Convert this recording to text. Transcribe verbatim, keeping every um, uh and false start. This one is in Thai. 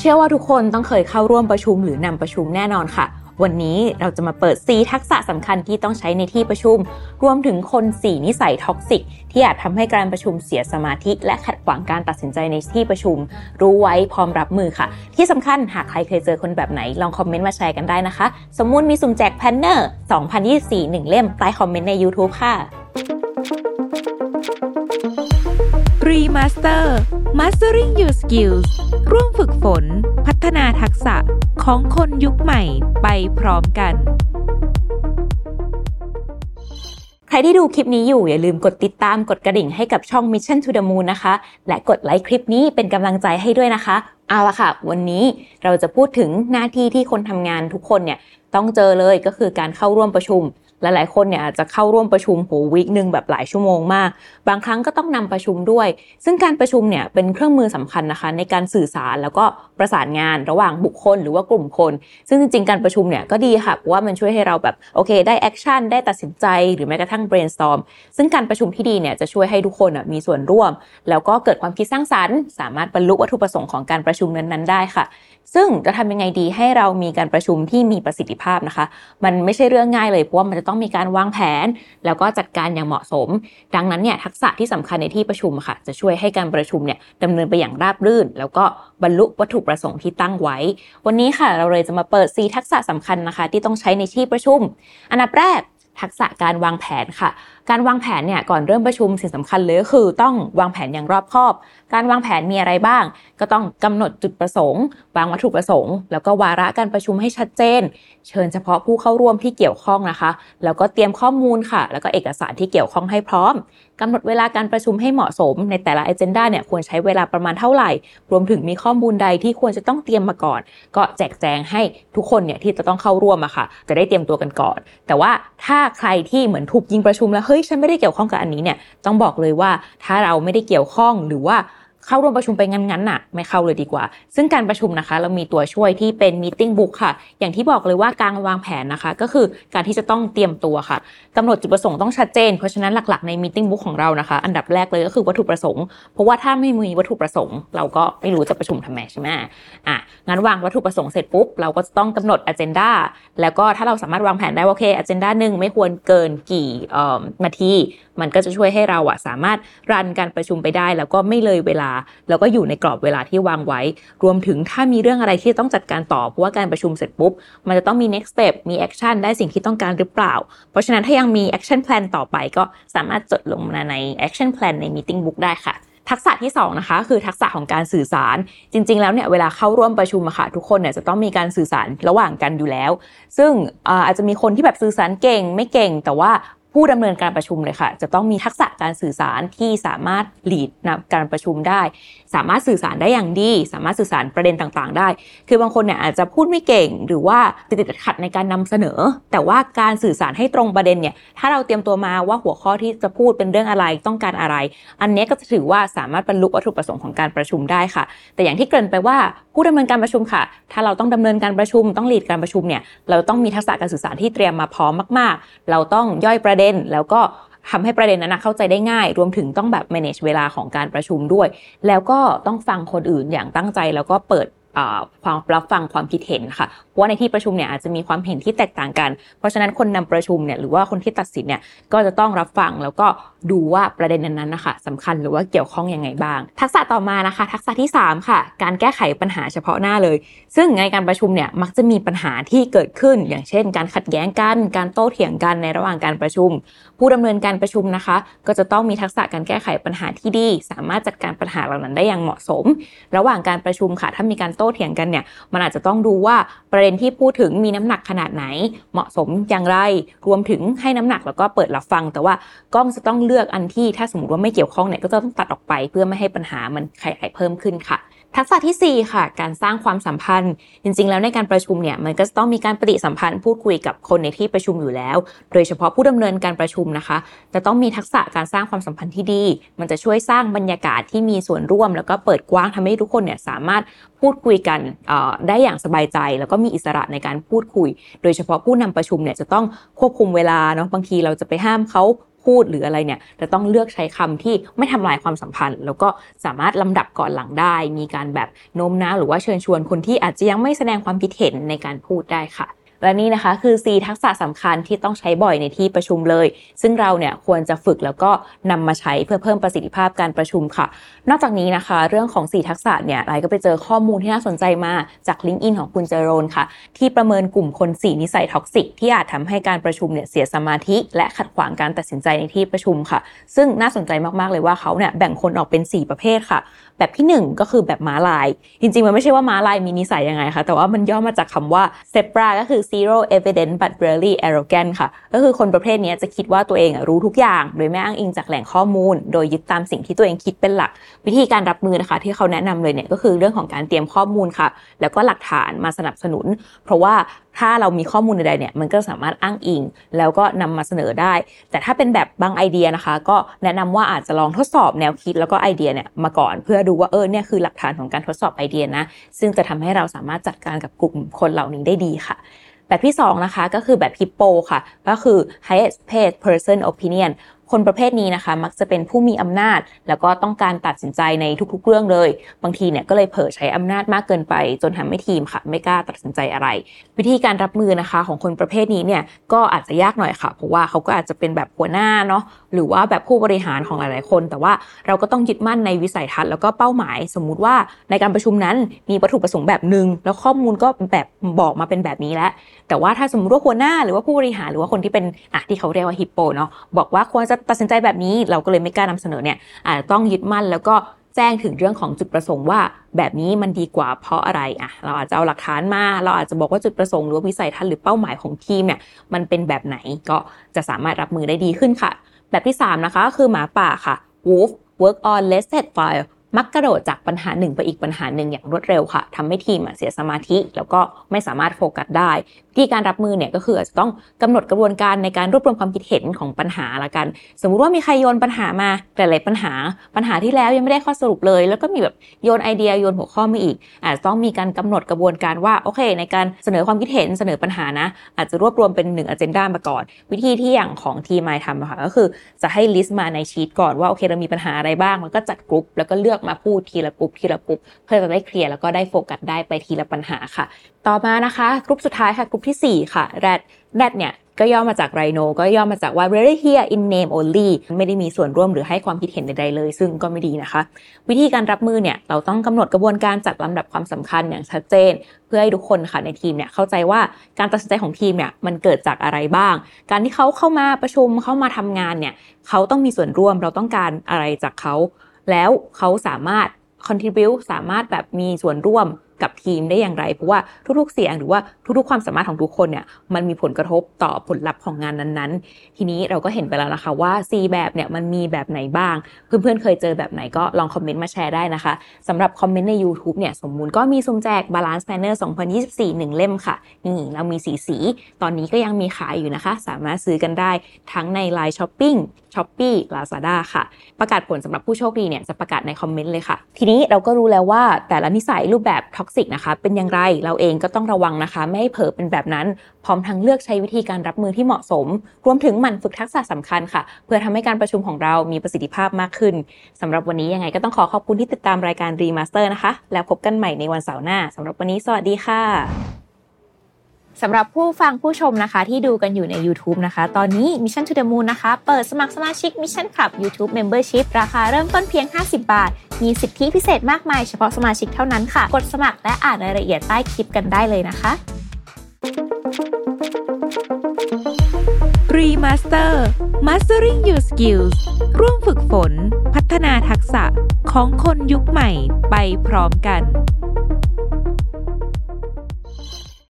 เชื่อว่าทุกคนต้องเคยเข้าร่วมประชุมหรือนำประชุมแน่นอนค่ะวันนี้เราจะมาเปิดสี่ทักษะสำคัญที่ต้องใช้ในที่ประชุมรวมถึงคนสี่นิสัยท็อกซิกที่อาจทำให้การประชุมเสียสมาธิและขัดขวางการตัดสินใจในที่ประชุมรู้ไว้พร้อมรับมือค่ะที่สำคัญหากใครเคยเจอคนแบบไหนลองคอมเมนต์มาแชร์กันได้นะคะสมมุติมีสุ่มแจกแพนเนอร์สองพันยี่สิบสี่หนึ่งเล่มใต้คอมเมนต์ใน YouTube ค่ะ Remaster Mastering Your Skills ร่วมฝึกฝนพัฒนาทักษะของคนยุคใหม่ไปพร้อมกันใครที่ดูคลิปนี้อยู่อย่าลืมกดติดตามกดกระดิ่งให้กับช่อง Mission to the Moon นะคะและกดไลค์คลิปนี้เป็นกำลังใจให้ด้วยนะคะเอาล่ะค่ะวันนี้เราจะพูดถึงหน้าที่ที่คนทำงานทุกคนเนี่ยต้องเจอเลยก็คือการเข้าร่วมประชุมหลายๆคนเนี่ยอาจจะเข้าร่วมประชุมโหวีคนึงแบบหลายชั่วโมงมากบางครั้งก็ต้องนำประชุมด้วยซึ่งการประชุมเนี่ยเป็นเครื่องมือสำคัญนะคะในการสื่อสารแล้วก็ประสานงานระหว่างบุคคลหรือว่ากลุ่มคนซึ่งจริงๆการประชุมเนี่ยก็ดีค่ะเพราะว่ามันช่วยให้เราแบบโอเคได้แอคชั่นได้ตัดสินใจหรือแม้กระทั่ง brainstorm ซึ่งการประชุมที่ดีเนี่ยจะช่วยให้ทุกคนมีส่วนร่วมแล้วก็เกิดความคิดสร้างสรรค์สามารถบรรลุวัตถุประสงค์ของการประชุมนั้นๆได้ค่ะซึ่งจะทำยังไงดีให้เรามีการประชุมที่มีประสิทธิภาพนะคะมันไม่ใช่เรื่องง่ายเลยเพราะว่ามันจะต้องมีการวางแผนแล้วก็จัดการอย่างเหมาะสมดังนั้นเนี่ยทักษะที่สำคัญในที่ประชุมค่ะจะช่วยให้การประชุมเนี่ยดำเนินไปอย่างราบรื่นแล้วก็บรรลุวัตถุประสงค์ที่ตั้งไว้วันนี้ค่ะเราเลยจะมาเปิดสี่ทักษะสำคัญนะคะที่ต้องใช้ในที่ประชุมอันดับแรกทักษะการวางแผนค่ะการวางแผนเนี่ยก่อนเริ่มประชุมสิ่งสำคัญเลยก็คือต้องวางแผนอย่างรอบคอบการวางแผนมีอะไรบ้างก็ต้องกำหนดจุดประสงค์วางวัตถุประสงค์แล้วก็วาระการประชุมให้ชัดเจนเชิญเฉพาะผู้เข้าร่วมที่เกี่ยวข้องนะคะแล้วก็เตรียมข้อมูลค่ะแล้วก็เอกสารที่เกี่ยวข้องให้พร้อมกำหนดเวลาการประชุมให้เหมาะสมในแต่ละ agenda เนี่ยควรใช้เวลาประมาณเท่าไหร่รวมถึงมีข้อมูลใดที่ควรจะต้องเตรียมมาก่อนก็แจกแจงให้ทุกคนเนี่ยที่จะต้องเข้าร่วมอะค่ะจะได้เตรียมตัวกันก่อนแต่ว่าถ้าใครที่เหมือนถูกยิงประชุมแล้วเฮ้ยฉันไม่ได้เกี่ยวข้องกับอันนี้เนี่ยต้องบอกเลยว่าถ้าเราไม่ได้เกี่ยวข้องหรือว่าเข้าร่วมประชุมไปงั้นๆน่ะไม่เข้าเลยดีกว่าซึ่งการประชุมนะคะเรามีตัวช่วยที่เป็น meeting book ค่ะอย่างที่บอกเลยว่าการวางแผนนะคะก็คือการที่จะต้องเตรียมตัวค่ะกำหนดจุดประสงค์ต้องชัดเจนเพราะฉะนั้นหลักๆใน meeting book ของเรานะคะอันดับแรกเลยก็คือวัตถุประสงค์เพราะว่าถ้าไม่มีวัตถุประสงค์เราก็ไม่รู้จะประชุมทำไมใช่ไหมอ่ะงั้นวางวัตถุประสงค์เสร็จปุ๊บเราก็จะต้องกำหนด agenda แล้วก็ถ้าเราสามารถวางแผนได้ว่าโอเค agenda หนึ่งไม่ควรเกินกี่เอ่อนาทีมันก็จะช่วยให้เราอะสามารถรันการประชุมไปได้แล้วก็ไม่เลยเวลาแล้วก็อยู่ในกรอบเวลาที่วางไว้รวมถึงถ้ามีเรื่องอะไรที่ต้องจัดการต่อเพราะว่าการประชุมเสร็จปุ๊บมันจะต้องมี next step มี action ได้สิ่งที่ต้องการหรือเปล่าเพราะฉะนั้นถ้ายังมี action plan ต่อไปก็สามารถจดลงมาใน action plan ใน meeting book ได้ค่ะทักษะที่สองนะคะคือทักษะของการสื่อสารจริงๆแล้วเนี่ยเวลาเข้าร่วมประชุมอะค่ะทุกคนเนี่ยจะต้องมีการสื่อสารระหว่างกันอยู่แล้วซึ่ง อ, อาจจะมีคนที่แบบสื่อสารเก่งไม่เก่งแต่ว่าผู้ดำเนินการประชุมเลยค่ะจะต้องมีทักษะการสื่อสารที่สามารถ lead นำการประชุมได้สามารถสื่อสารได้อย่างดีสามารถสื่อสารประเด็นต่างๆได้คือบางคนเนี่ยอาจจะพูดไม่เก่งหรือว่าติดขัดในการนำเสนอแต่ว่าการสื่อสารให้ตรงประเด็นเนี่ยถ้าเราเตรียมตัวมาว่าหัวข้อที่จะพูดเป็นเรื่องอะไรต้องการอะไรอันนี้ก็จะถือว่าสามารถบรรลุวัตถุประสงค์ของการประชุมได้ค่ะแต่อย่างที่เกริ่นไปว่าผู้ดำเนินการประชุมค่ะถ้าเราต้องดำเนินการประชุมต้อง lead การประชุมเนี่ยเราต้องมีทักษะการสื่อสารที่เตรียมมาพร้อมมากๆเราต้องย่อยประเด็นแล้วก็ทำให้ประเด็นนั้นเข้าใจได้ง่ายรวมถึงต้องแบบ manage เวลาของการประชุมด้วยแล้วก็ต้องฟังคนอื่นอย่างตั้งใจแล้วก็เปิดความรับฟังความคิดเห็นค่ะเพราะว่าในที่ประชุมเนี่ยอาจจะมีความเห็นที่แตกต่างกันเพราะฉะนั้นคนนำประชุมเนี่ยหรือว่าคนที่ตัดสินเนี่ยก็จะต้องรับฟังแล้วก็ดูว่าประเด็นนั้นๆนะคะสำคัญหรือว่าเกี่ยวข้องยังไงบ้างทักษะต่อมานะคะทักษะที่สามค่ะการแก้ไขปัญหาเฉพาะหน้าเลยซึ่งในการประชุมเนี่ยมักจะมีปัญหาที่เกิดขึ้นอย่างเช่นการขัดแย้งกันการโต้เถียงกันในระหว่างการประชุมผู้ดำเนินการประชุมนะคะก็จะต้องมีทักษะการแก้ไขปัญหาที่ดีสามารถจัดการปัญหาเหล่านั้นได้อย่างเหมาะสมระหว่างการประชุมค่ะถ้ามีการโต้เถียงกันเนี่ยมันอาจจะต้องดูว่าประเด็นที่พูดถึงมีน้ำหนักขนาดไหนเหมาะสมอย่างไรรวมถึงให้น้ำหนักแล้วก็เปิดรับฟังแต่ว่ากล้องจะต้องเลือกอันที่ถ้าสมมติว่าไม่เกี่ยวข้องเนี่ยก็จะต้องตัดออกไปเพื่อไม่ให้ปัญหามันขยายเพิ่มขึ้นค่ะทักษะที่สี่ค่ะการสร้างความสัมพันธ์จริงๆแล้วในการประชุมเนี่ยมันก็จะต้องมีการปฏิสัมพันธ์พูดคุยกับคนในที่ประชุมอยู่แล้วโดยเฉพาะผู้ดำเนินการประชุมนะคะจะต้องมีทักษะการสร้างความสัมพันธ์ที่ดีมันจะช่วยสร้างบรรยากาศที่มีส่วนร่วมแล้วก็เปิดกว้างทำให้ทุกคนเนี่ยสามารถพูดคุยกันได้อย่างสบายใจแล้วก็มีอิสระในการพูดคุยโดยเฉพาะผู้นำประชุมเนี่ยจะต้องควบคุมเวลาเนาะบางทีเราจะไปห้ามเขาพูดหรืออะไรเนี่ยจะต้องเลือกใช้คำที่ไม่ทำลายความสัมพันธ์แล้วก็สามารถลำดับก่อนหลังได้มีการแบบโน้มน้าวหรือว่าเชิญชวนคนที่อาจจะยังไม่แสดงความคิดเห็นในการพูดได้ค่ะและนี่นะคะคือ สี่ ทักษะสำคัญที่ต้องใช้บ่อยในที่ประชุมเลยซึ่งเราเนี่ยควรจะฝึกแล้วก็นำมาใช้เพื่อเพิ่มประสิทธิภาพการประชุมค่ะนอกจากนี้นะคะเรื่องของสี่ทักษะเนี่ยไลก็ไปเจอข้อมูลที่น่าสนใจมาจาก LinkedIn ของคุณเจโรนค่ะที่ประเมินกลุ่มคนสี่นิสัยท็อกซิกที่อาจทำให้การประชุมเนี่ยเสียสมาธิและขัดขวางการตัดสินใจในที่ประชุมค่ะซึ่งน่าสนใจมากๆเลยว่าเขาเนี่ยแบ่งคนออกเป็นสี่ประเภทค่ะแบบที่หนึ่งก็คือแบบม้าลายจริงๆมันไม่ใช่ว่าม้าลายมีนิสัยยังไงค่ะแต่ว่ามันย่อมาจากคำว่า zebra ก็คือ zero evidence but really arrogant ค่ะก็คือคนประเภทนี้จะคิดว่าตัวเองรู้ทุกอย่างโดยไม่อ้างอิงจากแหล่งข้อมูลโดยยึดตามสิ่งที่ตัวเองคิดเป็นหลักวิธีการรับมือนะคะที่เขาแนะนำเลยเนี่ยก็คือเรื่องของการเตรียมข้อมูลค่ะแล้วก็หลักฐานมาสนับสนุนเพราะว่าถ้าเรามีข้อมูลใดๆเนี่ยมันก็สามารถอ้างอิงแล้วก็นำมาเสนอได้แต่ถ้าเป็นแบบบางไอเดียนะคะก็แนะนำว่าอาจจะลองทดสอบแนวคิดแล้วก็ไอเดียเนี่ยมาก่อนเพื่อดูว่าเออเนี่ยคือหลักฐานของการทดสอบไอเดียนะซึ่งจะทำให้เราสามารถจัดการกับกลุ่มคนเหล่านี้ได้ดีค่ะแบบที่สองนะคะก็คือแบบฮิปโปค่ะก็คือ highest paid person opinion คนประเภทนี้นะคะมักจะเป็นผู้มีอำนาจแล้วก็ต้องการตัดสินใจในทุกๆเรื่องเลยบางทีเนี่ยก็เลยเผลอใช้อำนาจมากเกินไปจนทำให้ทีมค่ะไม่กล้าตัดสินใจอะไรวิธีการรับมือนะคะของคนประเภทนี้เนี่ยก็อาจจะยากหน่อยค่ะเพราะว่าเขาก็อาจจะเป็นแบบหัวหน้าเนาะหรือว่าแบบผู้บริหารของหลายๆคนแต่ว่าเราก็ต้องยึดมั่นในวิสัยทัศน์แล้วก็เป้าหมายสมมุติว่าในการประชุมนั้นมีวัตถุประสงค์แบบนึงแล้วข้อมูลก็แบบบอกมาเป็นแบบนี้แล้วแต่ว่าถ้าสมมุติว่าหัวหน้าหรือว่าผู้บริหารหรือว่าคนที่เป็นอ่ะที่เขาเรียกว่าฮิปโปเนาะบอกว่าควรจะตัดสินใจแบบนี้เราก็เลยไม่กล้านำเสนอเนี่ยอาจจะต้องยึดมั่นแล้วก็แจ้งถึงเรื่องของจุดประสงค์ว่าแบบนี้มันดีกว่าเพราะอะไรอ่ะเราอาจจะเอาหลักฐานมาเราอาจจะบอกว่าจุดประสงค์หรือวิสัยทัศน์หรือเป้าหมายของทีมเนี่ยมันเป็นแบบไหนก็จะสามารถรับมือได้ดีขึ้นค่ะแบบที่สามนะคะก็คือหมาป่าค่ะ Wolf work on less fileมักกระโดดจากปัญหาหนึ่งไปอีกปัญหาหนึ่งอย่างรวดเร็วค่ะทำให้ทีมเสียสมาธิแล้วก็ไม่สามารถโฟกัสได้วิธีการรับมือเนี่ยก็คืออาจจะต้องกำหนดกระบวนการในการรวบรวมความคิดเห็นของปัญหาละกันสมมุติว่ามีใครโยนปัญหามาหลายๆปัญหาปัญหาที่แล้วยังไม่ได้ข้อสรุปเลยแล้วก็มีแบบโยนไอเดียโยนหัวข้อมาอีกอาจจะต้องมีการกำหนดกระบวนการว่าโอเคในการเสนอความคิดเห็นเสนอปัญหานะอาจจะรวบรวมเป็นหนึ่งอเจนดามาก่อนวิธีที่อย่างของทีมไมทำค่ะก็คือจะให้ลิสต์มาในชีทก่อนว่าโอเคเรามีปัญหาอะไรบ้างแล้วก็จัดกลุ่มแล้วก็เลือกมาพูดทีละกลุ่มทีละกลุ่มเพื่อจะได้เคลียร์แล้วก็ได้โฟกัสได้ไปทีละปัญหาค่ะต่อมานะคะกลุ่มสุดท้ายค่ะกลุ่มที่สี่ค่ะ แรด แรด เนี่ยก็ย่อมาจาก Rhino ก็ย่อมาจากว่า really here in name only ไม่ได้มีส่วนร่วมหรือให้ความคิดเห็นใดๆเลยซึ่งก็ไม่ดีนะคะวิธีการรับมือเนี่ยเราต้องกำหนดกระบวนการจัดลำดับความสำคัญอย่างชัดเจนเพื่อให้ทุกคนค่ะในทีมเนี่ยเข้าใจว่าการตัดสินใจของทีมเนี่ยมันเกิดจากอะไรบ้างการที่เขาเข้ามาประชุมเข้ามาทำงานเนี่ยเขาต้องมีส่วนร่วมเราต้องการอะไรจากเขาแล้วเขาสามารถcontribute สามารถแบบมีส่วนร่วมกับทีมได้อย่างไรเพราะว่าทุกๆเสียงหรือว่าทุกๆความสามารถของทุกคนเนี่ยมันมีผลกระทบต่อผลลัพธ์ของงานนั้นๆทีนี้เราก็เห็นไปแล้วนะคะว่า สี่ แบบเนี่ยมันมีแบบไหนบ้างเพื่อนๆเคยเจอแบบไหนก็ลองคอมเมนต์มาแชร์ได้นะคะสำหรับคอมเมนต์ใน YouTube เนี่ยสมมุติก็มีสุ่มแจก Balance Planner สองพันยี่สิบสี่ หนึ่งเล่มค่ะนี่เรามีสีสีตอนนี้ก็ยังมีขายอยู่นะคะสามารถซื้อกันได้ทั้งใน ไลน์ Shopping Shopee Lazada ค่ะประกาศผลสำหรับผู้โชคดีเนี่ยจะประกาศในคอมเมนต์เลยค่ะทีนี้เราก็รู้แล้วว่าแต่ละนิสัยรูปแบบท็อกซิกนะคะเป็นอย่างไรเราเองก็ต้องระวังนะคะไม่ให้เผลอเป็นแบบนั้นพร้อมทั้งเลือกใช้วิธีการรับมือที่เหมาะสมรวมถึงหมั่นฝึกทักษะสำคัญค่ะเพื่อทำให้การประชุมของเรามีประสิทธิภาพมากขึ้นสำหรับวันนี้ยังไงก็ต้องขอขอบคุณที่ติดตามรายการ Remaster นะคะแล้วพบกันใหม่ในวันเสาร์หน้าสำหรับวันนี้สวัสดีค่ะสำหรับผู้ฟังผู้ชมนะคะที่ดูกันอยู่ใน YouTube นะคะตอนนี้ Mission to the Moon นะคะเปิดสมัครสมาชิก Mission Club YouTube Membership ราคาเริ่มต้นเพียงห้าสิบบาทมีสิทธิพิเศษมากมายเฉพาะสมาชิกเท่านั้นค่ะกดสมัครและอ่านรายละเอียดใต้คลิปกันได้เลยนะคะ Remaster Mastering Your Skills ร่วมฝึกฝนพัฒนาทักษะของคนยุคใหม่ไปพร้อมกัน